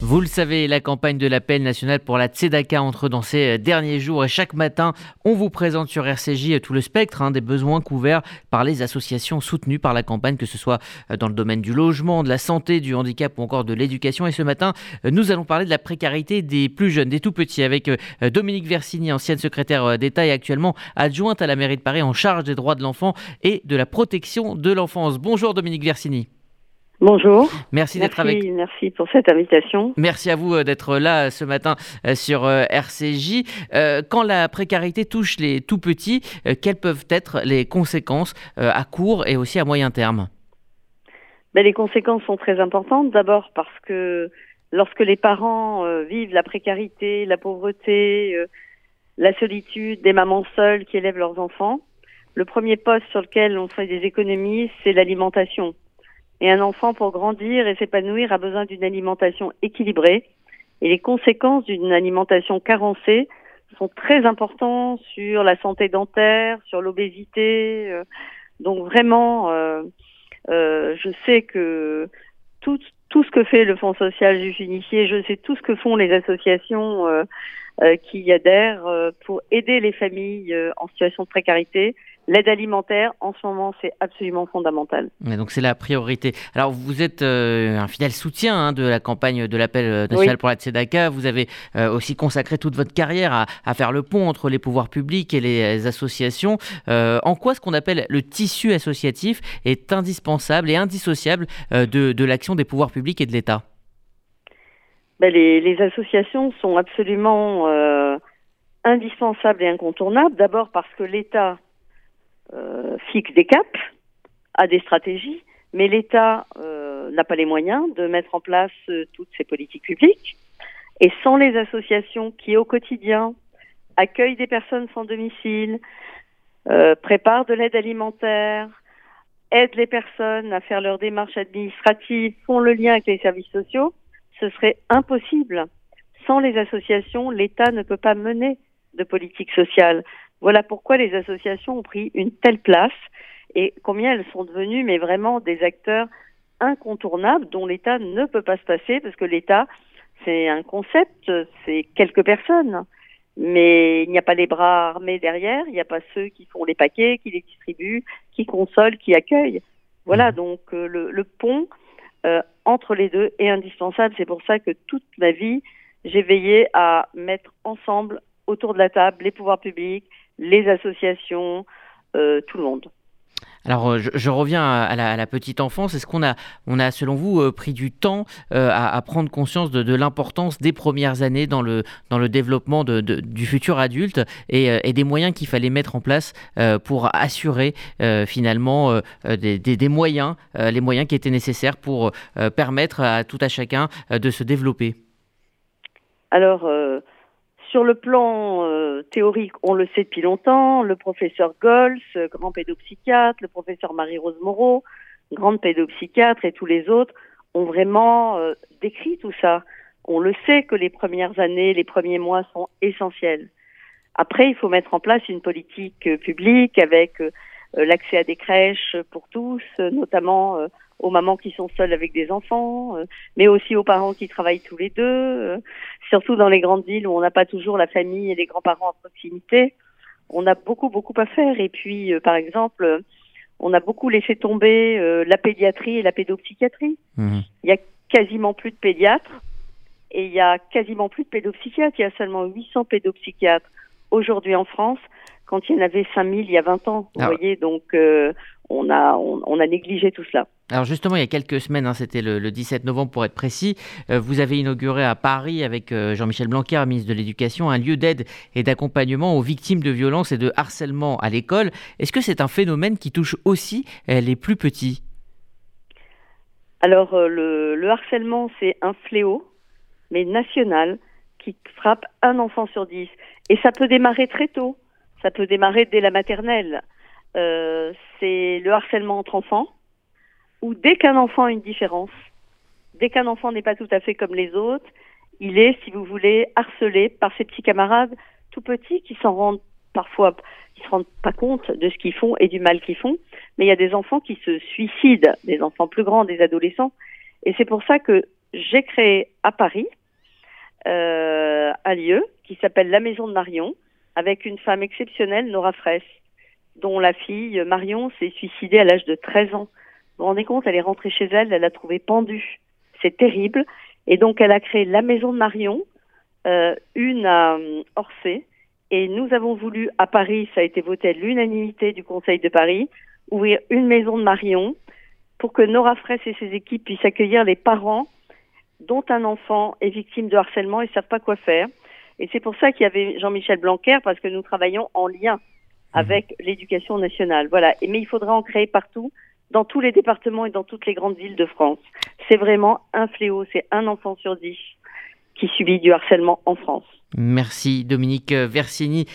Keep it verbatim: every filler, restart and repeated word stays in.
Vous le savez, la campagne de l'appel national pour la Tzedaka entre dans ses derniers jours et chaque matin, on vous présente sur R C J tout le spectre hein, des besoins couverts par les associations soutenues par la campagne, que ce soit dans le domaine du logement, de la santé, du handicap ou encore de l'éducation. Et ce matin, nous allons parler de la précarité des plus jeunes, des tout petits, avec Dominique Versini, ancienne secrétaire d'État et actuellement adjointe à la mairie de Paris en charge des droits de l'enfant et de la protection de l'enfance. Bonjour Dominique Versini. Bonjour. Merci, merci d'être avec. Merci pour cette invitation. Merci à vous d'être là ce matin sur R C J. Quand la précarité touche les tout petits, quelles peuvent être les conséquences à court et aussi à moyen terme ? Ben, les conséquences sont très importantes. D'abord parce que lorsque les parents euh, vivent la précarité, la pauvreté, euh, la solitude, des mamans seules qui élèvent leurs enfants, le premier poste sur lequel on fait des économies, c'est l'alimentation. Et un enfant, pour grandir et s'épanouir, a besoin d'une alimentation équilibrée. Et les conséquences d'une alimentation carencée sont très importantes sur la santé dentaire, sur l'obésité. Donc vraiment, euh, euh, je sais que tout, tout ce que fait le Fonds social juif unifié, je sais tout ce que font les associations euh, euh, qui y adhèrent euh, pour aider les familles euh, en situation de précarité. L'aide alimentaire, en ce moment, c'est absolument fondamental. Et donc, c'est la priorité. Alors, vous êtes euh, un fidèle soutien hein, de la campagne de l'appel national oui. pour la Tzedaka. Vous avez euh, aussi consacré toute votre carrière à, à faire le pont entre les pouvoirs publics et les associations. Euh, en quoi ce qu'on appelle le tissu associatif est indispensable et indissociable euh, de, de l'action des pouvoirs publics et de l'État ? Ben, les, les associations sont absolument euh, indispensables et incontournables. D'abord parce que l'État Euh, fixe des caps, a des stratégies, mais l'État euh, n'a pas les moyens de mettre en place euh, toutes ces politiques publiques. Et sans les associations qui, au quotidien, accueillent des personnes sans domicile, euh, préparent de l'aide alimentaire, aident les personnes à faire leurs démarches administratives, font le lien avec les services sociaux, ce serait impossible. Sans les associations, l'État ne peut pas mener de politique sociale. Voilà pourquoi les associations ont pris une telle place et combien elles sont devenues mais vraiment des acteurs incontournables dont l'État ne peut pas se passer, parce que l'État, c'est un concept, c'est quelques personnes, mais il n'y a pas les bras armés derrière, il n'y a pas ceux qui font les paquets, qui les distribuent, qui consolent, qui accueillent. Voilà, donc euh, le, le pont euh, entre les deux est indispensable. C'est pour ça que toute ma vie, j'ai veillé à mettre ensemble autour de la table les pouvoirs publics, les associations, euh, tout le monde. Alors, je, je reviens à la, à la petite enfance. Est-ce qu'on a, on a, selon vous, euh, pris du temps euh, à, à prendre conscience de, de l'importance des premières années dans le, dans le développement de, de, du futur adulte et, euh, et des moyens qu'il fallait mettre en place euh, pour assurer euh, finalement euh, des, des, des moyens, euh, les moyens qui étaient nécessaires pour euh, permettre à tout à chacun euh, de se développer ? Alors, euh, sur le plan euh, théorique, on le sait depuis longtemps, le professeur Gols, grand pédopsychiatre, le professeur Marie-Rose Moreau, grande pédopsychiatre, et tous les autres ont vraiment euh, décrit tout ça. On le sait que les premières années, les premiers mois sont essentiels. Après, il faut mettre en place une politique euh, publique avec euh, l'accès à des crèches pour tous, euh, notamment euh, aux mamans qui sont seules avec des enfants, euh, mais aussi aux parents qui travaillent tous les deux, euh, surtout dans les grandes villes où on n'a pas toujours la famille et les grands-parents à proximité. On a beaucoup, beaucoup à faire. Et puis, euh, par exemple, euh, on a beaucoup laissé tomber euh, la pédiatrie et la pédopsychiatrie. Mmh. Il y a quasiment plus de pédiatres et il y a quasiment plus de pédopsychiatres. Il y a seulement huit cents pédopsychiatres aujourd'hui en France, quand il y en avait cinq mille il y a vingt ans. Vous ah. voyez, donc euh, on a, on, on a négligé tout cela. Alors justement, il y a quelques semaines, hein, c'était le, le dix-sept novembre pour être précis, euh, vous avez inauguré à Paris avec euh, Jean-Michel Blanquer, ministre de l'Éducation, un lieu d'aide et d'accompagnement aux victimes de violences et de harcèlement à l'école. Est-ce que c'est un phénomène qui touche aussi euh, les plus petits ? Alors euh, le, le harcèlement, c'est un fléau, mais national, qui frappe un enfant sur dix. Et ça peut démarrer très tôt, ça peut démarrer dès la maternelle. Euh, c'est le harcèlement entre enfants, où dès qu'un enfant a une différence, dès qu'un enfant n'est pas tout à fait comme les autres, il est, si vous voulez, harcelé par ses petits camarades tout petits qui s'en rendent parfois, qui se rendent pas compte de ce qu'ils font et du mal qu'ils font. Mais il y a des enfants qui se suicident, des enfants plus grands, des adolescents. Et c'est pour ça que j'ai créé à Paris, euh, un lieu qui s'appelle la Maison de Marion, avec une femme exceptionnelle, Nora Fraisse, dont la fille Marion s'est suicidée à l'âge de treize ans. Vous vous rendez compte, elle est rentrée chez elle, elle l'a trouvée pendue. C'est terrible. Et donc, elle a créé la Maison de Marion, euh, une à euh, Orsay. Et nous avons voulu, à Paris, ça a été voté à l'unanimité du Conseil de Paris, ouvrir une Maison de Marion pour que Nora Fraisse et ses équipes puissent accueillir les parents dont un enfant est victime de harcèlement et ne savent pas quoi faire. Et c'est pour ça qu'il y avait Jean-Michel Blanquer, parce que nous travaillons en lien avec mmh. l'éducation nationale. Voilà. Et, mais il faudra en créer partout, dans tous les départements et dans toutes les grandes villes de France. C'est vraiment un fléau, c'est un enfant sur dix qui subit du harcèlement en France. Merci Dominique Versini.